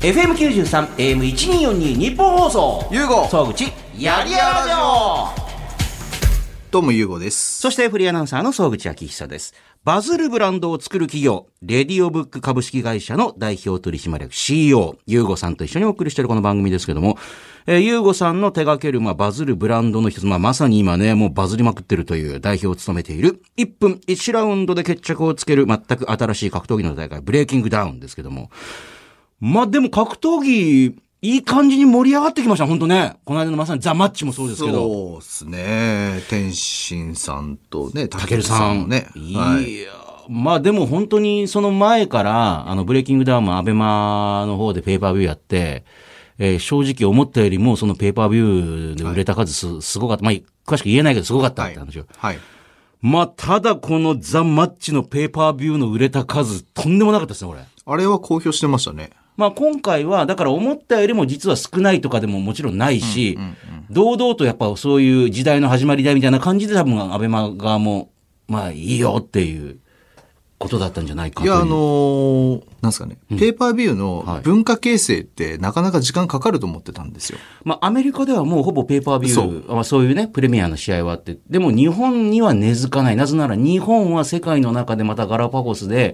FM93 AM1242 日本放送ゆうご総口やりやらじょどうもゆうごです。 そしてフリーアナウンサーの総口昭久です。バズるブランドを作る企業レディオブック株式会社の代表取締役 CEO ゆうごさんと一緒にお送りしているこの番組ですけども、ゆうごさんの手掛けるバズるブランドの一つ、まさに今ねもうバズりまくってるという代表を務めている1分1ラウンドで決着をつける全く新しい格闘技の大会ブレイキングダウンですけども、でも格闘技いい感じに盛り上がってきました本当ね。この間のまさにザ・マッチもそうですけど、 そうですね。天心さんとね、 たけるさんね。 いや、でも本当にその前からブレイキングダウンもアベマの方でペーパービューやって、正直思ったよりもそのペーパービューで売れた数すごかった。詳しく言えないけどすごかったって話を。 はい。 ただこのザ・マッチのペーパービューの売れた数とんでもなかったですねこれ。 あれは公表してましたね。 今回はだから思ったよりも実は少ないとかでももちろんないし、堂々とやっぱそういう時代の始まりだみたいな感じで多分アベマ側もいいよっていうことだったんじゃないかという。 いやなんですかね、ペーパービューの文化形成ってなかなか時間かかると思ってたんですよ。 アメリカではもうほぼペーパービュー、そういうねプレミアの試合はあって、でも日本には根付かない。なぜなら日本は世界の中でまたガラパゴスで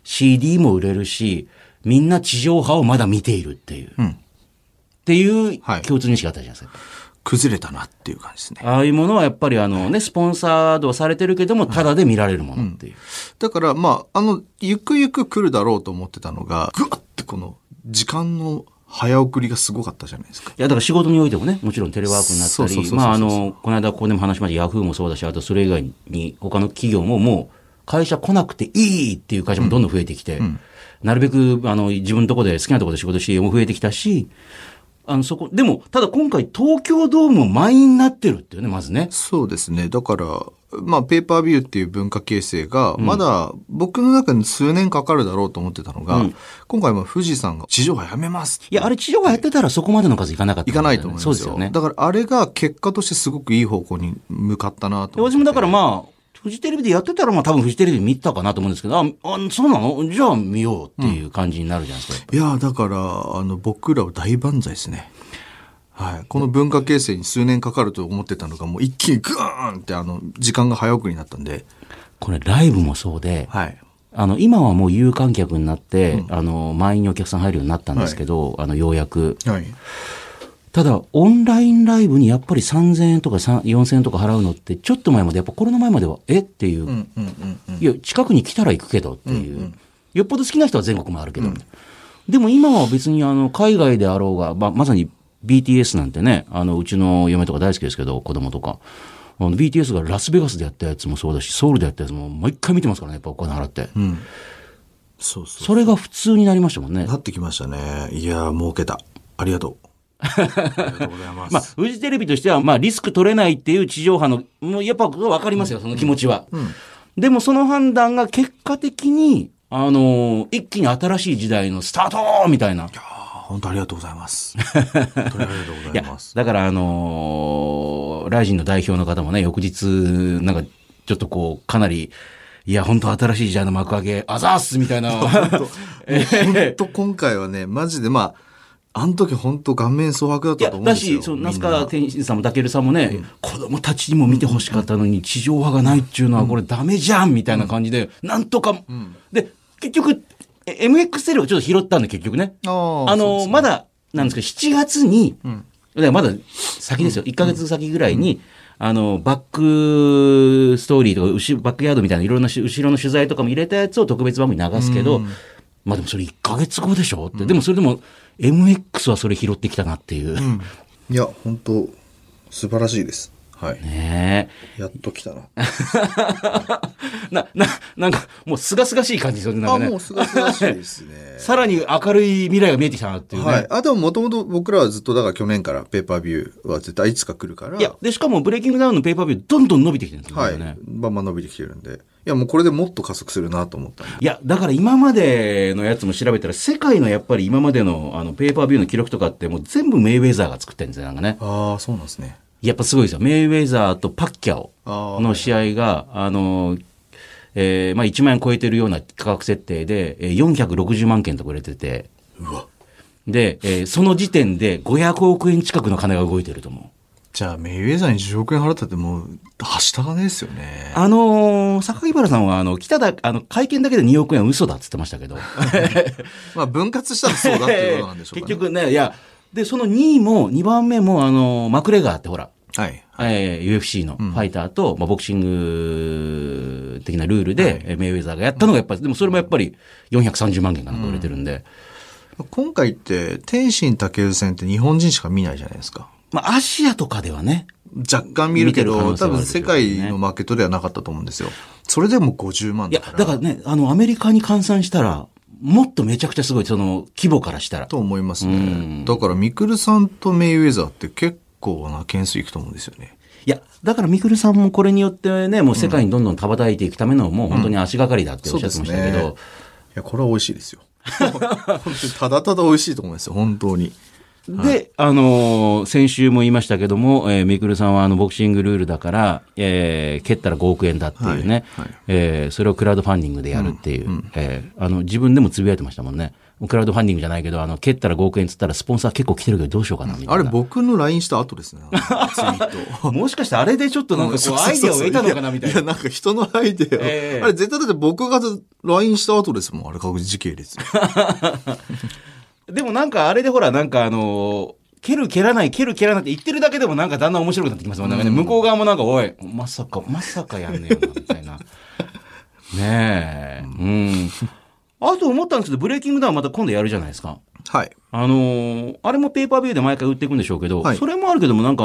CD も売れるし、みんな地上波をまだ見ているっていう、っていう共通認識があったじゃないですか。 崩れたなっていう感じですね。 ああいうものはやっぱりスポンサードされてるけども、ただで見られるものっていう。 だからゆくゆく来るだろうと思ってたのが、ぐわってこの時間の早送りがすごかったじゃないですか。 いや、だから仕事においてもね、もちろんテレワークになったり、この間ここでも話しましたヤフーもそうだし、あとそれ以外に他の企業ももう会社来なくていいっていう会社もどんどん増えてきて、なるべく自分のところで好きなところで仕事しても増えてきたし、でもただ今回東京ドーム満員になってるっていうね、まずね。 そうですね。だからペーパービューっていう文化形成がまだ僕の中に数年かかるだろうと思ってたのが、今回も富士山が地上波やめます。 いや、あれ地上波やってたらそこまでの数いかなかった、 いかないと思いますよ。 そうですよね。 だからあれが結果としてすごくいい方向に向かったなと思って。 私もだからフジテレビでやってたら多分フジテレビ見たかなと思うんですけど、そうなの？じゃあ見ようっていう感じになるじゃないですか。 いや、だから僕らは大万歳ですね。はい。この文化形成に数年かかると思ってたのがもう一気にグーンって時間が早送りになったんで。 これライブもそうで、 はい。 今はもう有観客になって、満員にお客さん入るようになったんですけど、ようやく。はい。ただ、オンラインライブにやっぱり3000円とか4000円とか払うのって、ちょっと前まで、やっぱコロナ前までは、っていう。いや、近くに来たら行くけどっていう。よっぽど好きな人は全国もあるけど。でも今は別に海外であろうが、まさに BTS なんてね、うちの嫁とか大好きですけど、子供とか。BTS がラスベガスでやったやつもそうだし、ソウルでやったやつも毎回見てますからね、やっぱお金払って。それが普通になりましたもんね。 なってきましたね。いや、儲けた。ありがとう。ありがとうございます。 フジテレビとしては、リスク取れないっていう地上波の、もうやっぱ分かりますよ、その気持ちは。でもその判断が結果的に、一気に新しい時代のスタートみたいな。いや本当ありがとうございます。本当にありがとうございます。 だからライジンの代表の方もね、翌日、なんか、ちょっとかなり、いや、本当新しい時代の幕開け、あざーすみたいな。 本当今回はね、マジであの時本当顔面蒼白だったと思うんですよ。 だし、那須川天心さんもたけるさんもね、子供たちにも見てほしかったのに、地上波がないっていうのはこれダメじゃんみたいな感じで、なんとか、で、結局、MX テレビをちょっと拾ったんで、結局ね。まだ、なんですか、7月に、まだ先ですよ。1ヶ月先ぐらいに、バックストーリーとか、バックヤードみたいないろんな後ろの取材とかも入れたやつを特別番組に流すけど、でもそれ1ヶ月後でしょって。でもそれでも、MX はそれ拾ってきたなっていう。 いや、本当素晴らしいです。はい。 ねえ。やっと来たな。 なんか、もう、すがすがしい感じですよね、なんかね。 もうすがすがしいですね。 さらに明るい未来が見えてきたなっていうね。 はい。でももともと僕らはずっと、だから去年からペーパービューは絶対いつか来るから。 いや、で、しかもブレイキングダウンのペーパービューどんどん伸びてきてるんですよね。 はい。バンバン伸びてきてるんで。いや、もうこれでもっと加速するなと思ったんで。 いや、だから今までのやつも調べたら、世界のやっぱり今までのペーパービューの記録とかってもう全部メイウェザーが作ってるんですよ、なんかね。 ああ、そうなんですね。 やっぱすごいですよ。メイウェザーとパッキャオの試合が、1万円超えてるような価格設定で、460万件とか売れてて。 うわ。 で、その時点で500億円近くの金が動いてると思う。 じゃあ、メイウェザーに10億円払ったってもう、はした金ですよね。 榊原さんは、会見だけで2億円は嘘だって言ってましたけど。 まあ、分割したらそうだっていうことなんでしょうかね。 結局ね、いや、で、その2位も、2番目も、マクレガーってほら、 はい。 UFC のファイターと、ボクシング的なルールで、メイウェザーがやったのがやっぱり、でもそれもやっぱり430万件かなんか売れてるんで。 今回って、天心武戦って日本人しか見ないじゃないですか。 まあ、アジアとかではね。 若干見るけど、多分世界のマーケットではなかったと思うんですよ。それでも50万だから。 いや、だからね、アメリカに換算したら、もっとめちゃくちゃすごい、その、規模からしたら。 と思いますね。だから、ミクルさんとメイウェザーって結構な件数いくと思うんですよね。 いや、だからミクルさんもこれによってね、もう世界にどんどん羽ばたいていくための、もう本当に足がかりだっておっしゃってましたけど。 いや、これは美味しいですよ。本当にただただ美味しいと思いますよ、本当に。 で、先週も言いましたけども、ミクルさんはボクシングルールだから、蹴ったら5億円だっていうね、それをクラウドファンディングでやるっていう、自分でもつぶやいてましたもんね。クラウドファンディングじゃないけど、蹴ったら5億円っつったらスポンサー結構来てるけどどうしようかなみたいな。 あれ僕の LINE した後ですね。ツイート。 もしかしてあれでちょっとなんかこうアイデアを得たのかなみたいな。 いや、なんか人のアイデアを。あれ絶対だって僕が LINE した後ですもん。あれ確実時系列。 でもなんかあれでほら、なんか蹴る蹴らないって言ってるだけでもなんかだんだん面白くなってきますもん。なんかね、向こう側もなんか、おい、まさかやんねえよな、みたいな。ねえ。あと思ったんですけど、ブレイキングダウンまた今度やるじゃないですか。 はい。 あれもペーパービューで毎回売っていくんでしょうけど、それもあるけどもなんか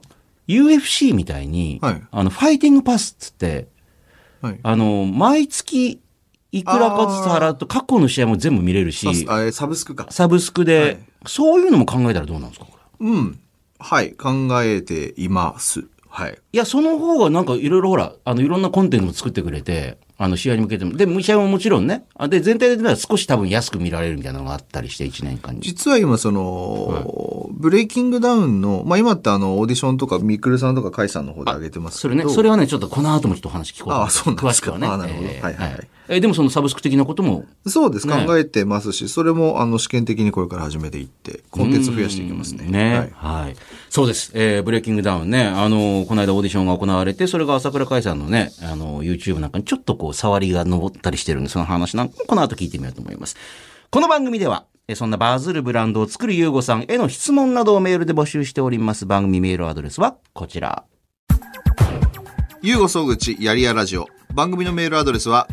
UFC みたいに、ファイティングパスっつって、毎月、いくらかずつ払うと過去の試合も全部見れるし、 サブスクか。 サブスクで、そういうのも考えたらどうなんですか、これ。はい、考えています。はい。 いや、その方がなんかいろいろほら、いろんなコンテンツも作ってくれて、試合に向けても。で、試合ももちろんね。で、全体では少し多分安く見られるみたいなのがあったりして、1年間に。 実は今、ブレイキングダウンの、まあ今ってオーディションとか、ミクルさんとかカイさんの方で上げてますけど。 それはね、ちょっとこの後もちょっと話聞こうと。 そうなんですか。 詳しくはね。 なるほど。はいはいはい。 でもそのサブスク的なことも。 そうです。考えてますし、それも試験的にこれから始めていって、コンテンツ増やしていきますね。 ね。はい。そうです。ブレイキングダウンね、この間オーディションが行われて、それが朝倉海さんのね、YouTube なんかにちょっとこう、触りが上ったりしてるんで、その話なんかもこの後聞いてみようと思います。この番組では、そんなバズるブランドを作るゆうごさんへの質問などをメールで募集しております。番組メールアドレスはこちら。 ゆうご総口やりやラジオ。番組のメールアドレスは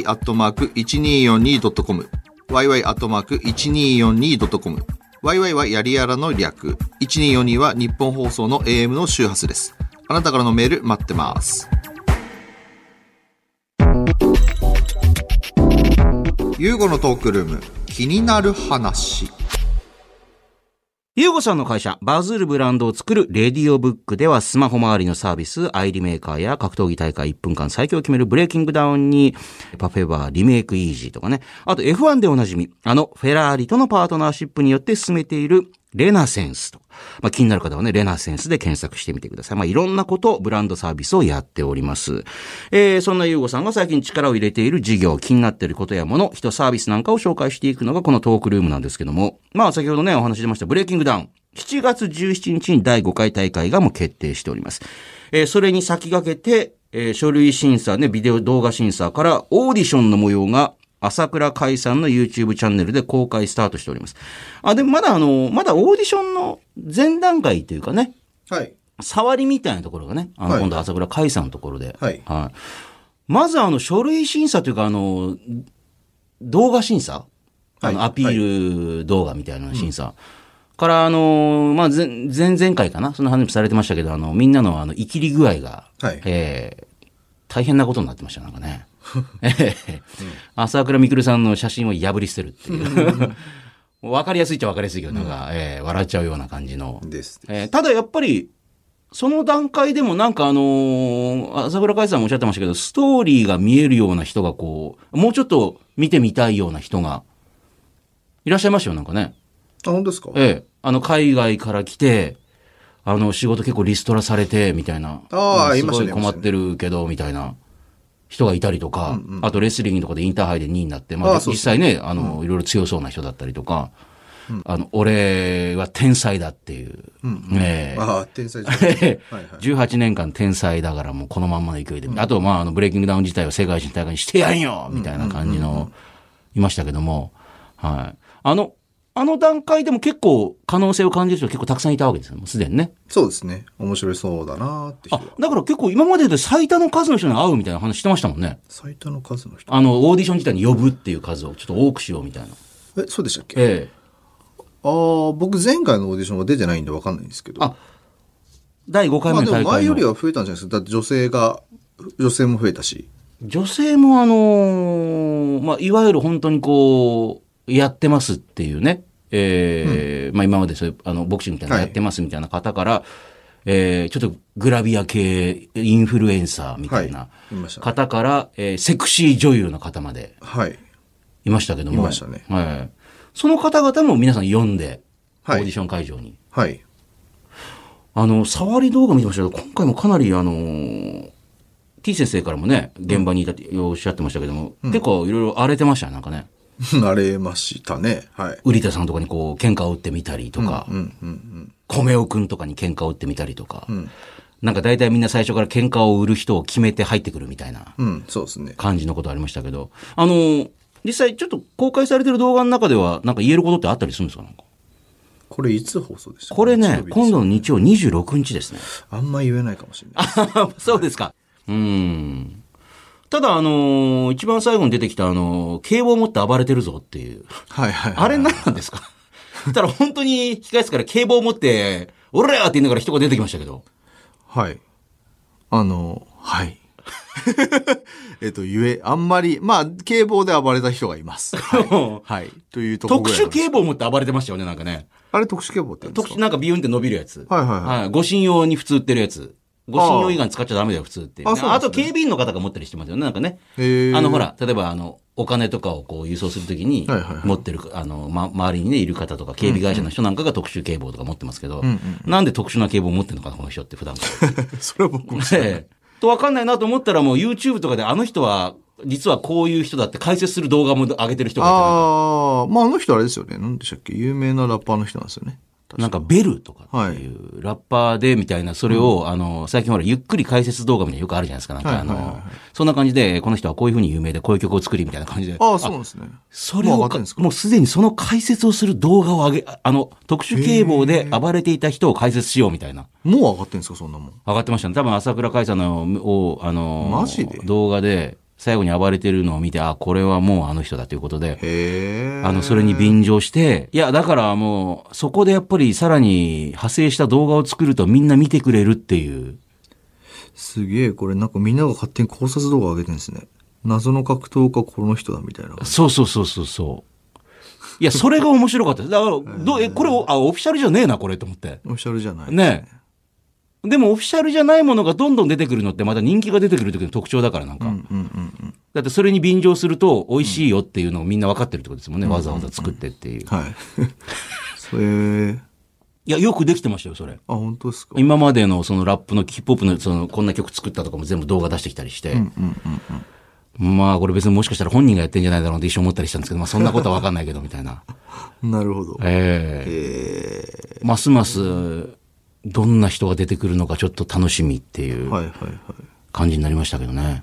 yy@1242.com yy@1242.com yy はやりやらの略。1242は日本放送の AM の周波数です。あなたからのメール待ってます。ゆうごのトークルーム、気になる話。 ゆうごさんの会社、バズるブランドを作るレディオブックではスマホ周りのサービス、アイリメーカーや格闘技大会1分間最強を決めるブレイキングダウンに、パフェバー、リメイクイージーとかね。あと F1 でおなじみ、フェラーリとのパートナーシップによって進めているレナセンスと。気になる方はね、レナセンスで検索してみてください。いろんなこと、ブランドサービスをやっております。そんなゆうごさんが最近力を入れている事業、気になっていることやもの、人サービスなんかを紹介していくのがこのトークルームなんですけども、先ほどね、お話し出ましたブレイキングダウン。7月17日に第5回大会がもう決定しております。それに先駆けて、書類審査ね、ビデオ動画審査からオーディションの模様が朝倉海さんの YouTube チャンネルで公開スタートしております。でもまだまだオーディションの前段階というかね。 はい。 触りみたいなところがね、今度朝倉海さんのところで。 はい。 はい。まず書類審査というか動画審査、アピール動画みたいな審査。から、前々回かなその話されてましたけど、みんなの生きり具合が、大変なことになってました、なんかね。朝倉未来さんの写真を破り捨てるっていう。わかりやすいっちゃわかりやすいけど、なんか、笑っちゃうような感じの。ただやっぱり、その段階でもなんか朝倉海さんもおっしゃってましたけど、ストーリーが見えるような人がこう、もうちょっと見てみたいような人が、いらっしゃいましたよ、なんかね。 本当ですか？ 海外から来て、仕事結構リストラされて、みたいな。すごい困ってるけど、みたいな人がいたりとか、あとレスリングとかでインターハイで2位になって、実際ね、いろいろ強そうな人だったりとか。 俺は天才だっていう。 ああ、天才じゃない。 18年間天才だからもうこのまんまの勢いで。あと、ブレイキングダウン自体は世界一の大会にしてやんよみたいな感じの、いましたけども。はい。あの段階でも結構可能性を感じる人結構たくさんいたわけですよ。もうすでにね。 そうですね。面白そうだなって人は。 だから結構今までで最多の数の人に会うみたいな話してましたもんね。 最多の数の人？ オーディション自体に呼ぶっていう数をちょっと多くしようみたいな。 そうでしたっけ？僕前回のオーディションは出てないんで分かんないんですけど。 第5回目の大会の。 でも前よりは増えたんじゃないですか。だって女性も増えたし。 女性もいわゆる本当にこう、やってますっていうね。今までそういう、ボクシングみたいなのやってますみたいな方から、ちょっとグラビア系インフルエンサーみたいな方から、セクシー女優の方まで。いましたけども。 いましたね。 はい。その方々も皆さん呼んで、オーディション会場に。 はい。 触り動画見てましたけど、今回もかなりT 先生からもね、現場にいたっておっしゃってましたけども、結構いろいろ荒れてましたね、なんかね。 荒れましたね。はい。 瓜田さんとかにこう、喧嘩を打ってみたりとか、米尾くんとかに喧嘩を打ってみたりとか、なんか大体みんな最初から喧嘩を売る人を決めて入ってくるみたいな、 そうですね。 感じのことありましたけど、実際ちょっと公開されてる動画の中では、なんか言えることってあったりするんですか？なんかこれいつ放送でした？ これね、今度の日曜26日ですね。 あんま言えないかもしれない。 そうですか。ただ一番最後に出てきた警棒を持って暴れてるぞっていう。あれ何なんですか？ただ本当に控室から警棒を持って、おらーって言いながら人が出てきましたけど。 はい。あんまり、警棒で暴れた人がいます。はい。というところ特殊警棒を持って暴れてましたよね、なんかね。 あれ特殊警棒って言うんですか？ なんかビューンって伸びるやつ。護身用に普通売ってるやつ。護身用以外使っちゃダメだよ、普通って。あと警備員の方が持ったりしてますよね、なんかね。ほら、例えばお金とかをこう輸送するときに、持ってる、周りにね、いる方とか、警備会社の人なんかが特殊警棒とか持ってますけど、なんで特殊な警棒を持ってるのかな、この人って普段から。 それは僕も知らない。 とわかんないなと思ったらもう YouTube とかであの人は、実はこういう人だって解説する動画も上げてる人がいて。 あの人あれですよね。何でしたっけ？有名なラッパーの人なんですよね。 なんかベルとかっていうラッパーでみたいな、それを、最近ほらゆっくり解説動画みたいなよくあるじゃないですか。なんかそんな感じで、この人はこういう風に有名でこういう曲を作りみたいな感じで。 そうなんですね。 それを、もうすでにその解説をする動画を特殊警棒で暴れていた人を解説しようみたいな。 もう上がってんですか、そんなもん。 上がってましたね。多分朝倉海さんマジで動画で、最後に暴れてるのを見て、これはもうあの人だということで、それに便乗して、いや、だからもう、そこでやっぱりさらに派生した動画を作るとみんな見てくれるっていう。 すげえ、これなんかみんなが勝手に考察動画上げてるんですね。謎の格闘家この人だみたいな。 そう。いや、それが面白かったです。だから、これオフィシャルじゃねえな、これと思って。 オフィシャルじゃない。 ねえ。でもオフィシャルじゃないものがどんどん出てくるのってまた人気が出てくる時の特徴だからなんか。だってそれに便乗すると美味しいよっていうのをみんな分かってるってことですもんね。わざわざ作ってっていう。 はい。 いや、よくできてましたよ、それ。 本当ですか？ 今までのそのラップのヒップホップのこんな曲作ったとかも全部動画出してきたりして。これ別にもしかしたら本人がやってんじゃないだろうって一生思ったりしたんですけど、そんなことは分かんないけどみたいな。 なるほど。 ますますどんな人が出てくるのかちょっと楽しみっていう感じになりましたけどね。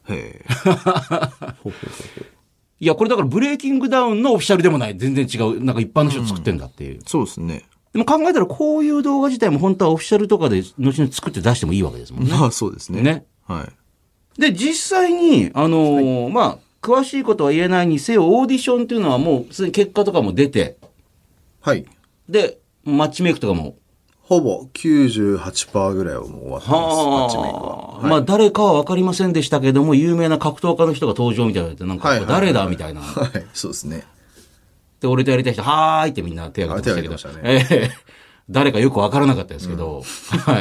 いや、これだからブレイキングダウンのオフィシャルでもない。全然違う。なんか一般の人作ってんだっていう。 そうですね。 でも考えたらこういう動画自体も本当はオフィシャルとかで後々作って出してもいいわけですもんね。 そうですね。 ね。 はい。 で、実際に、詳しいことは言えないにせよ、オーディションっていうのはもうすでに結果とかも出て。 はい。 で、マッチメイクとかも。 ほぼ 98% ぐらいはもう終わってます。マッチメイクは。 誰かは分かりませんでしたけども、有名な格闘家の人が登場みたいなやつ、なんか誰だみたいな。 はい、そうですね。 で、俺とやりたい人、はーいってみんな手を挙げてましたけど。誰かよく分からなかったですけど、はい。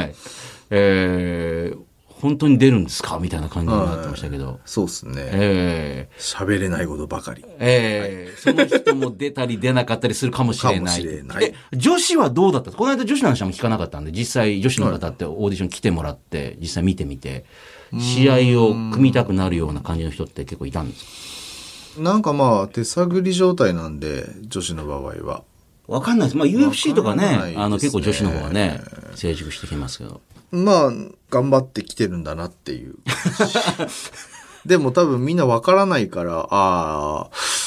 本当に出るんですかみたいな感じになってましたけど。 そうですね。喋れないことばかり。 その人も出たり出なかったりするかもしれない。女子はどうだった？この間女子の話も聞かなかったんで、実際女子の方ってオーディション来てもらって、実際見てみて、試合を組みたくなるような感じの人って結構いたんですか？ なんか手探り状態なんで、女子の場合は。 わかんないです。まあ UFC とかね、 ね結構女子の方はね、成熟してきますけど。 まあ、頑張ってきてるんだなっていう。でも多分みんなわからないから、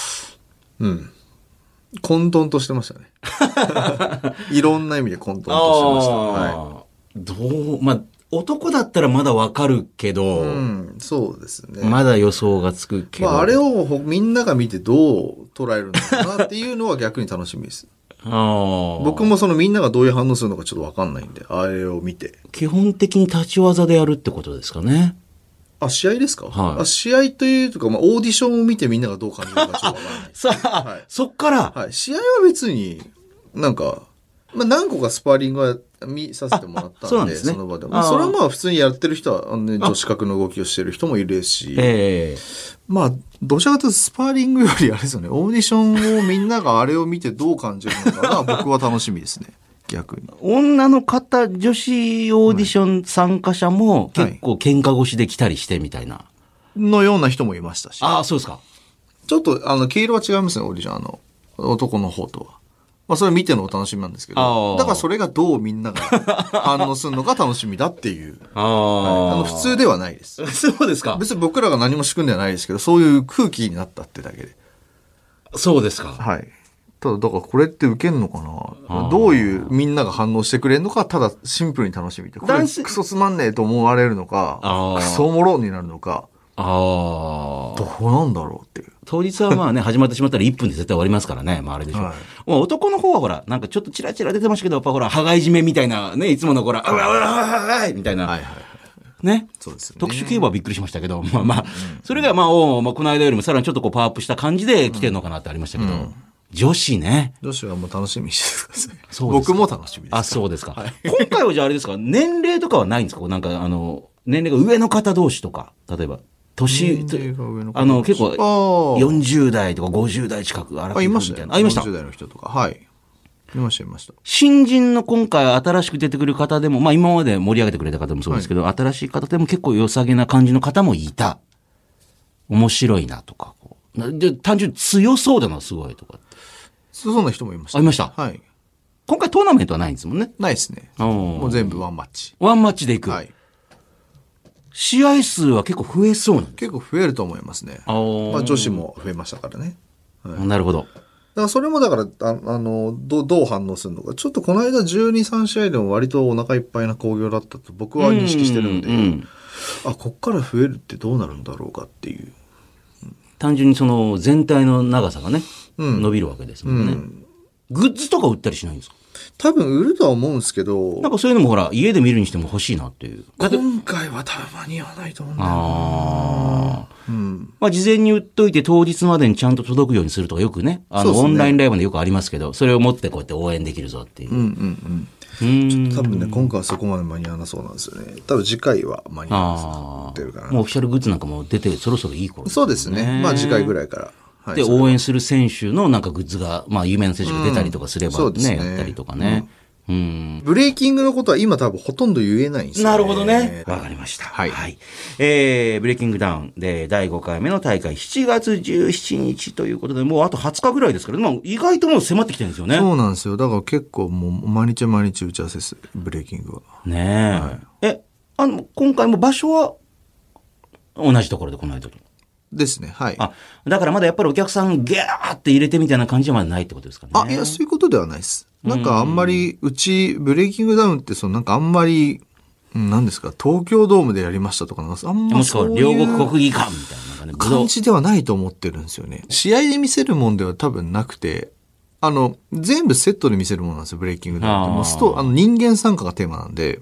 混沌としてましたね。いろんな意味で混沌としてました。はい。 まあ、男だったらまだわかるけど、 そうですね。 まだ予想がつくけど。 まあ、あれをみんなが見てどう捉えるのかなっていうのは逆に楽しみです。僕もそのみんながどういう反応するのかちょっとわかんないんで、あれを見て。 基本的に立ち技でやるってことですかね。 試合ですか？ はい。 試合というか、まあ、オーディションを見てみんながどう感じるのかちょっとわからない。 さあ、はい、そっから。 はい。試合は別に、なんか、まあ、何個かスパーリングは見させてもらったんで、 そうなんですね、 その場でも。それはまあ普通にやってる人は、女子格の動きをしてる人もいるし、まあ、どちらかというとスパーリングよりあれですよね、オーディションをみんながあれを見てどう感じるのかが僕は楽しみですね。逆に。 女の方、女子オーディション参加者も結構喧嘩越しで来たりしてみたいな。 のような人もいましたし。 ああ、そうですか。 ちょっと、毛色は違いますね、オーディション。男の方とは。まあ、それ見てのお楽しみなんですけど、だからそれがどうみんなが反応するのが楽しみだっていう。普通ではないです。 そうですか。 別に僕らが何も仕組んではないですけど、そういう空気になったってだけで。 そうですか。 はい。ただ、だからこれって受けんのかな？どういうみんなが反応してくれるのか、ただシンプルに楽しみで。これクソつまんねえと思われるのか、クソおもろになるのか。どうなんだろうっていう。 当日はまあね、始まってしまったら1分で絶対終わりますからね。まああれでしょ。はい、まあ男の方はほら、なんかちょっとチラチラ出てましたけど、やっぱほら、羽交い締めみたいなね、いつものほら、みたいな。ね。 そうですね。 特殊競馬はびっくりしましたけど、まあまあ、それがまあ、この間よりもさらにちょっとこうパワーアップした感じで来てるのかなってありましたけど、女子ね。 女子はもう楽しみにしてください。そうです。僕も楽しみです。 あ、そうですか。今回はじゃああれですか、年齢とかはないんですか？なんか年齢が上の方同士とか、例えば。結構40代とか50代近くいましたね。 いました。 40代の人とか。はい。いました。 新人の今回新しく出てくる方でも、まあ今まで盛り上げてくれた方もそうですけど、新しい方でも結構良さげな感じの方もいた。面白いなとか。で、単純に強そうだな、すごいとか。 そうな人もいました。 いました。 はい。 今回トーナメントはないんですもんね。 ないですね。もう全部ワンマッチ。 ワンマッチでいく。 はい。 試合数は結構増えそうなんですか？ 結構増えると思いますね。まあ女子も増えましたからね。 なるほど。だからそれもだから、どう反応するのか。ちょっとこの間12、3試合でも割とお腹いっぱいな興行だったと僕は認識してるんで、こっから増えるってどうなるんだろうかっていう。 単純にその全体の長さがね、伸びるわけですもんね。グッズとか売ったりしないんですか？ 多分売るとは思うんですけど。 なんかそういうのもほら、家で見るにしても欲しいなっていう。 今回は多分間に合わないと思うんだよな。 まあ事前に売っといて当日までにちゃんと届くようにするとかよくね、オンラインライブでよくありますけど、それを持ってこうやって応援できるぞっていう。 ちょっと多分ね、今回はそこまで間に合わなそうなんですよね。多分次回は間に合わなそうもうオフィシャルグッズなんかも出て、そろそろいい頃ですね。そうですね。まあ次回ぐらいから。 で、応援する選手のなんかグッズが、まあ有名な選手が出たりとかすればね、やったりとかね。 ブレイキングのことは今多分ほとんど言えないんですよね。 なるほどね。わかりました。はい。ブレイキングダウンで第5回目の大会7月17日ということで、もうあと20日ぐらいですから、まあ意外ともう迫ってきてるんですよね。 そうなんですよ。だから結構もう毎日打ち合わせです、ブレイキングは。 ねえ。今回も場所は同じところでこの間と。 ですね。はい。 だからまだやっぱりお客さんギャーって入れてみたいな感じはまだないってことですかね。 いや、そういうことではないです。なんかあんまり、ブレイキングダウンって、なんかあんまり、何ですか、東京ドームでやりましたとか、あんまそういう。 両国国技館みたいな感じではないと思ってるんですよね。試合で見せるもんでは多分なくて、全部セットで見せるものなんですよ、ブレイキングダウンって。人間参加がテーマなんで、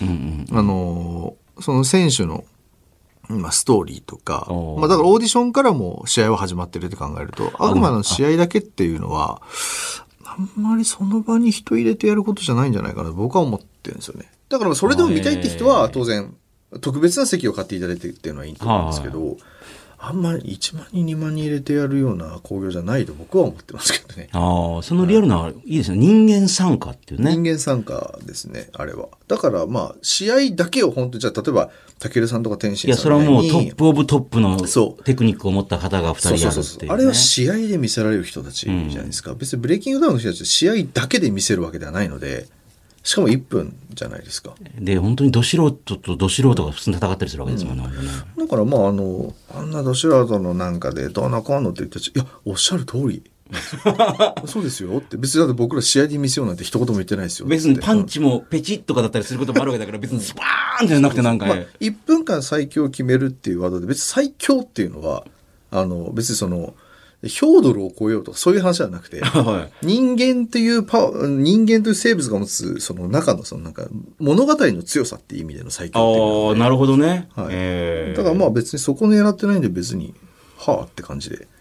その選手の、ストーリーとか、だからオーディションからも試合は始まってるって考えると、あくまでの試合だけっていうのは、あんまりその場に人入れてやることじゃないんじゃないかなと僕は思ってるんですよね。だからそれでも見たいって人は当然、特別な席を買っていただいてっていうのはいいと思うんですけど、 あんまり1万人2万人入れてやるような興行じゃないと僕は思ってますけどね。 ああ、そのリアルな、いいですね。人間参加っていうね。 人間参加ですね、あれは。だからまあ、試合だけを本当に、じゃあ例えば、タケルさんとか天心さんみたいに。 いや、それはもうトップオブトップのテクニックを持った方が2人やるっていう、ね。 そう。あれは試合で見せられる人たちじゃないですか。別にブレイキングダウンの人たちは試合だけで見せるわけではないので、しかも1分じゃないですか。 で、本当にど素人とど素人が普通に戦ったりするわけですもんね。 だからまああんなど素人のなんかでどうなこうのって言ったら、いや、おっしゃる通り。そうですよって。別にだって僕ら試合で見せようなんて一言も言ってないですよ。 別にパンチもペチッとかだったりすることもあるわけだから、別にスパーンじゃなくてなんか、 まあ、1分間最強を決めるっていうワードで、別に最強っていうのは、別にヒョードルを超えようとかそういう話じゃなくて、はい、人間という生物が持つその中のなんか物語の強さっていう意味での最強っていうのは、 なるほどね。 はい。だからまあ別にそこ狙ってないんで別に、はぁって感じで。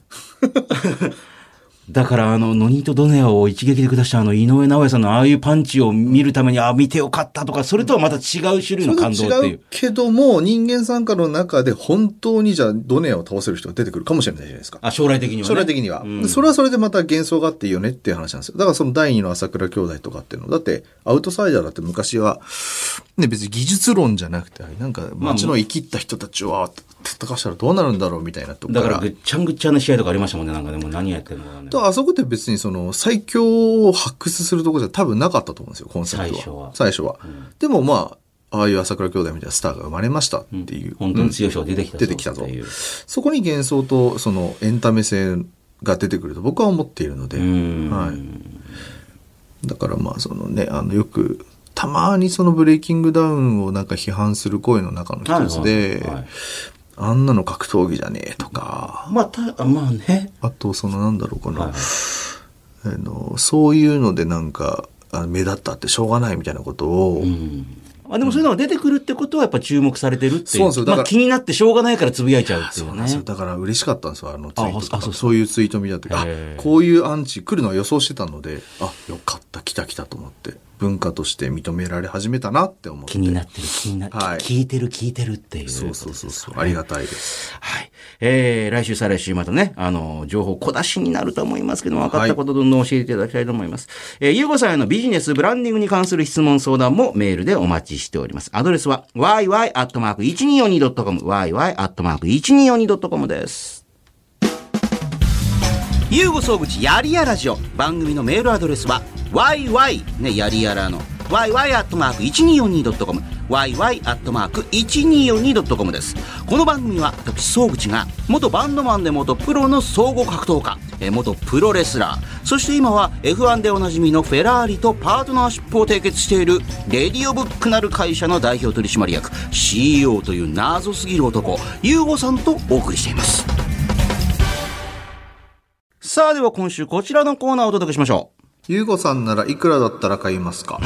だからノニーとドネアを一撃で下した井上尚弥さんのああいうパンチを見るために見てよかったとか、それとはまた違う種類の感動っていう。 違うけども、人間参加の中で本当にじゃあドネアを倒せる人が出てくるかもしれないじゃないですか。 将来的にはね。 将来的には。それはそれでまた幻想があっていいよねっていう話なんですよ。だからその第二の朝倉兄弟とかっていうの。だってアウトサイダーだって昔は、ね、別に技術論じゃなくて、なんか街の生きった人たちを戦したらどうなるんだろうみたいなとこだからぐっちゃんぐっちゃんな試合とかありましたもんね。なんかでも何やってるのかね。 あそこって別に最強を発掘するところじゃ多分なかったと思うんですよ、コンセプトは。最初は。でもまあ、ああいう朝倉兄弟みたいなスターが生まれましたっていう。 本当に強い人が出てきたと。そこに幻想とエンタメ性が出てくると僕は思っているので。はい。だからまあよく、たまにブレイキングダウンをなんか批判する声の中の一つで、あんなの格闘技じゃねえとか。 まあね。 あと、なんだろう、そういうのでなんか、目立ったってしょうがないみたいなことを。 でもそういうのが出てくるってことはやっぱ注目されてるっていう。そうなんですよ。だから気になってしょうがないからつぶやいちゃうっていうね。 そうなんですよ。だから嬉しかったんですよ、ツイートとか。そういうツイート見たとき、こういうアンチ来るのは予想してたので、よかった、来たと思って。文化として認められ始めたなって思って。 気になってる、はい、聞いてるっていう、 そう。ありがたいです。 はい。来週、再来週またね、情報小出しになると思いますけども、分かったことどんどん教えていただきたいと思います。ゆうごさんへのビジネス、ブランディングに関する質問相談もメールでお待ちしております。アドレスは yy@1242.com、yy@1242.com です。ゆうご総口やりやラジオ。番組のメールアドレスはyy ね、やりやらの yy@1242.com yy@1242.com です。この番組は私総口が元バンドマンで元プロの総合格闘家、元プロレスラー、そして今は F1 でおなじみのフェラーリとパートナーシップを締結しているレディオブックなる会社の代表取締役 CEO という謎すぎる男ゆうごさんとお送りしています。さあでは今週こちらのコーナーをお届けしましょう。 ゆうごさんならいくらだったら買いますか？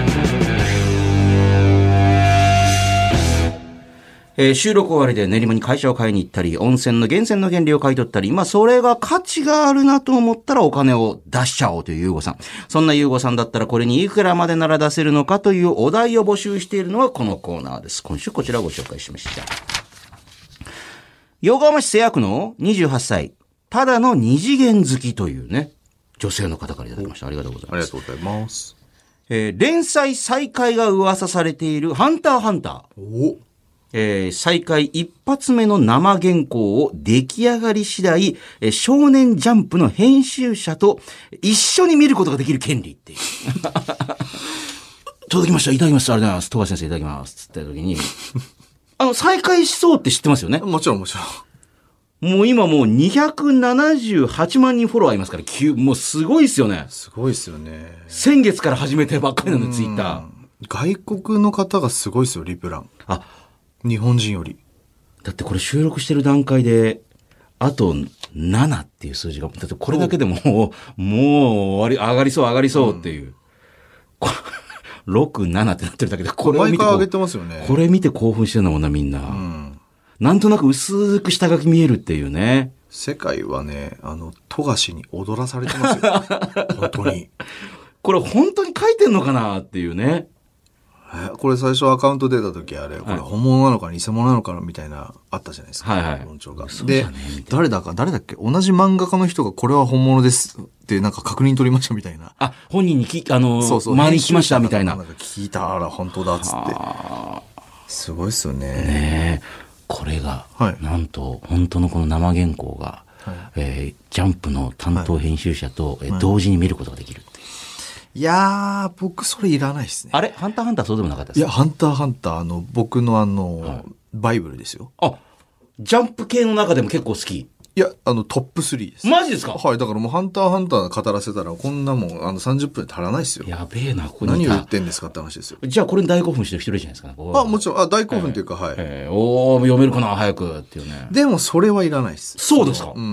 収録終わりで練馬に会社を買いに行ったり、温泉の源泉の原理を買い取ったり、それが価値があるなと思ったらお金を出しちゃおうというゆうごさん。そんなゆうごさんだったらこれにいくらまでなら出せるのかというお題を募集しているのはこのコーナーです。今週こちらをご紹介しました。横浜市瀬谷区の28歳、ただの二次元好きというね、女性の方からいただきました。ありがとうございます。 ありがとうございます。 連載再開が噂されているハンターハンター。再開一発目の生原稿を出来上がり次第、少年ジャンプの編集者と一緒に見ることができる権利っていう。届きました。いただきます。ありがとうございます。富樫先生いただきます。つった時に、再開しそうって知ってますよね？ もちろん。 もう今もう278万人フォロワーいますから、もうすごいですよね。 すごいですよね。 先月から始めてばっかりなので、ツイッター。 外国の方がすごいですよ、リプラン。日本人より。 だってこれ収録してる段階で、あと7っていう数字が、だってこれだけでもう上がりそうっていう。6、7ってなってるだけで、これを見て毎回上げてますよね。 これ見て興奮してるのもんな、みんな。なんとなく薄く下書き見えるっていうね。 世界はね、富樫に踊らされてますよ。本当に。 これ本当に書いてんのかなっていうね。 これ最初アカウント出た時あれ、これ本物なのか偽物なのかみたいな、あったじゃないですか。 はいはい。 論調が。で、誰だっけ同じ漫画家の人がこれは本物ですってなんか確認取りましたみたいな。 あ、本人にそうそう周りに来ましたみたいな。 なんか聞いたら本当だっつって。すごいっすよね。 ねえ。これが、なんと、本当のこの生原稿が、ジャンプの担当編集者と、同時に見ることができるっていう。 いやー、僕それいらないですね。 あれハンターハンターそうでもなかったですか？ いや、ハンターハンター、僕のバイブルですよ。 あ、ジャンプ系の中でも結構好き。 いや、トップ3です。 マジですか？ はい、だからもうハンターハンター語らせたら、こんなもん、30分で足らないですよ。 やべえな、ここに何を言ってんですかって話ですよ。 じゃあこれに大興奮してる人いるじゃないですか、ね。 もちろん、大興奮っていうか、はい。 おー、読めるかな、早くっていうね。 でも、それはいらないです。 そうですか？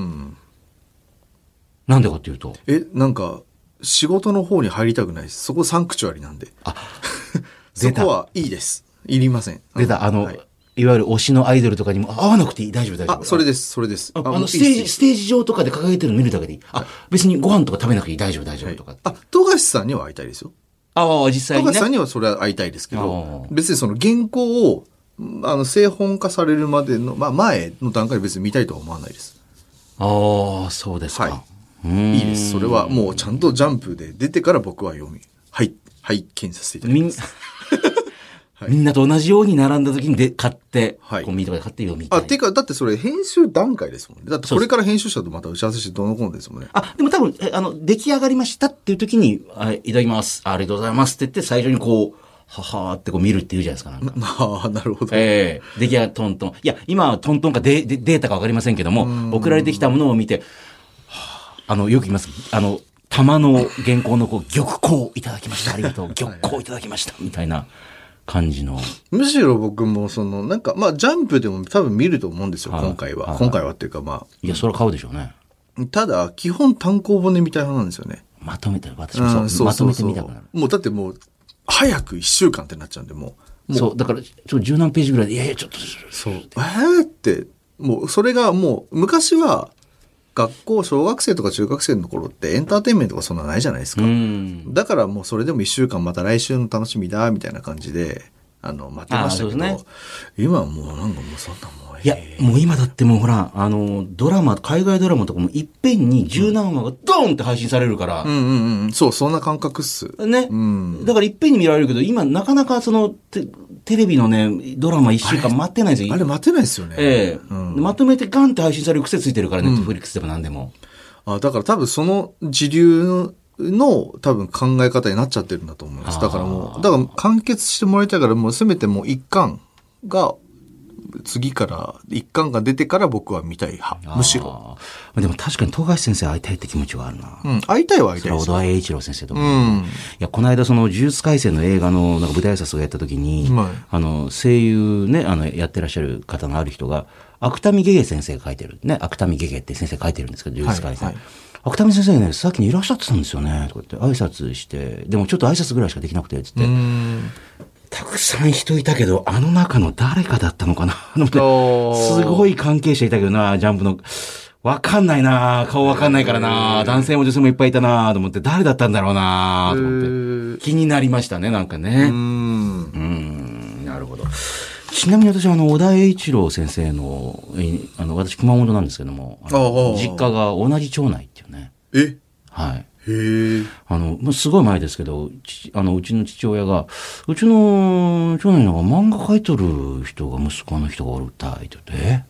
なんでかっていうと。 なんか、仕事の方に入りたくないです。そこサンクチュアリなんで。そこはいいです。いりません。 出た、いわゆる推しのアイドルとかにも会わなくていい。大丈夫。 それです。ステージ上とかで掲げてるの見るだけでいい。別にご飯とか食べなくていい。大丈夫とか。 富樫さんには会いたいですよ。 実際にね。 富樫さんにはそれは会いたいですけど、別にその原稿を、製本化されるまでの、前の段階で別に見たいとは思わないです。 そうですか。はいいいです。それはもうちゃんとジャンプで出てから僕は拝見させていただきます。 みんなと同じように並んだ時に買って、コンビニとかで買って読みたい。 てか、だってそれ編集段階ですもんね。だってこれから編集者とまた打ち合わせしてどうのこうのですもんね。 でも多分、出来上がりましたっていう時に、いただきます。ありがとうございますって言って、最初にこう、ははーってこう見るって言うじゃないですか。 なるほど。 出来上がりトントン。いや、今はトントンかデータかわかりませんけども、送られてきたものを見て、よく言います。玉の原稿の玉光いただきました。ありがとう。玉光いただきました。みたいな感じの。 むしろ僕もなんか、ジャンプでも多分見ると思うんですよ、今回は。今回はっていうかいや、それは買うでしょうね。 ただ、基本単行本で見たい派なんですよね。 まとめて、私もそう。まとめて見たくなる。 もうだってもう、早く1週間ってなっちゃうんで、もう。そう、だから、10何ページぐらいで、いやちょっと。 そう。って、もう、それがもう、昔は、小学生とか中学生の頃ってエンターテインメントがそんなないじゃないですか。だからもうそれでも1週間また来週の楽しみだ、みたいな感じで、待ってましたけど、今はもうなんかもうそんなもう、 いや、もう今だってもうほら、海外ドラマとかもいっぺんに10何話がドーンって配信されるから。 そう、そんな感覚っす。 ね。だからいっぺんに見られるけど、今なかなかテレビのね、ドラマ1週間待ってないんですよ。 あれ待ってないですよね。 まとめてガンって配信される癖ついてるから、ネットフリックスでも何でも。 だから多分その時流の多分考え方になっちゃってるんだと思います。だから完結してもらいたいから、もうせめてもう一巻が、次から一巻が出てから僕は見たい派。むしろ。 でも確かに富樫先生会いたいって気持ちはあるな。 会いたいは会いたいです。 小田栄一郎先生とか。いや、この間呪術廻戦の映画のなんか舞台挨拶をやった時に、声優ね、やってらっしゃる方のある人が、芥見ゲゲ先生が書いてるね。芥見ゲゲって先生書いてるんですけど、呪術廻戦。芥見先生ね、さっきにいらっしゃってたんですよね、とか言って挨拶して、でもちょっと挨拶ぐらいしかできなくて、つって。たくさん人いたけど、あの中の誰かだったのかなすごい関係者いたけどな、ジャンプの。わかんないな、顔わかんないからな、男性も女性もいっぱいいたな、と思って、誰だったんだろうな、と思って。気になりましたね、なんかね。なるほど。ちなみに私は小田栄一郎先生の、私熊本なんですけども、実家が同じ町内っていうね。はい。すごい前ですけど、うちの父親が、うちの長男になんか漫画描いとる人が、息子の人がおるたいって言って、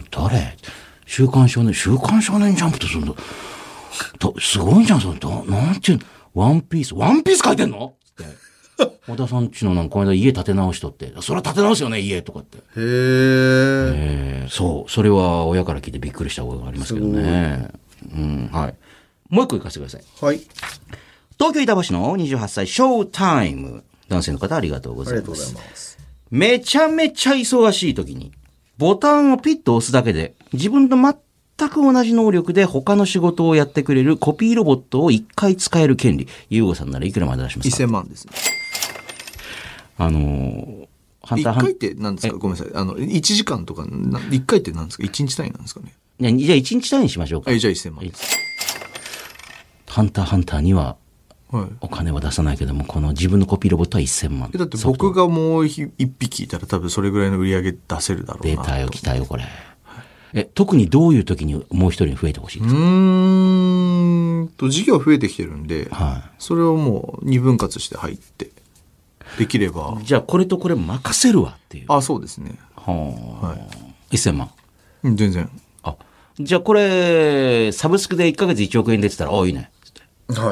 誰週刊少年ジャンプとするの、すごいじゃん、それ、なんていうの、ワンピース描いてんのって。小田さんちのこの間家建て直しとって、それは建て直すよね、家とかって。そう、それは親から聞いてびっくりしたことがありますけどね。はい。もう一個行かせてください。 はい。 東京板橋の28歳、ショータイム。男性の方ありがとうございます。ありがとうございます。めちゃめちゃ忙しい時に、ボタンをピッと押すだけで、自分と全く同じ能力で他の仕事をやってくれるコピーロボットを1回使える権利。ゆうごさんならいくらまで出しますか？ 1000 万ですね。1回って何ですか？ごめんなさい。1時間とか、1回って何ですか？ 1 日単位なんですかね？ じゃあ1日単位にしましょうか。 じゃあ1000万です。 ハンターハンターにはお金は出さないけども、この自分のコピーロボットは1000万。 だって僕がもう一匹いたら多分それぐらいの売り上げ出せるだろうな。 出たよ、来たよ、これ。特にどういう時にもう一人に増えてほしいですか？ 事業増えてきてるんで、それをもう二分割して入って、できれば。 じゃあこれとこれ任せるわっていう。 そうですね。 1000万。 全然。 じゃあこれ、サブスクで1ヶ月1億円でって言ったら、いいね。 はい。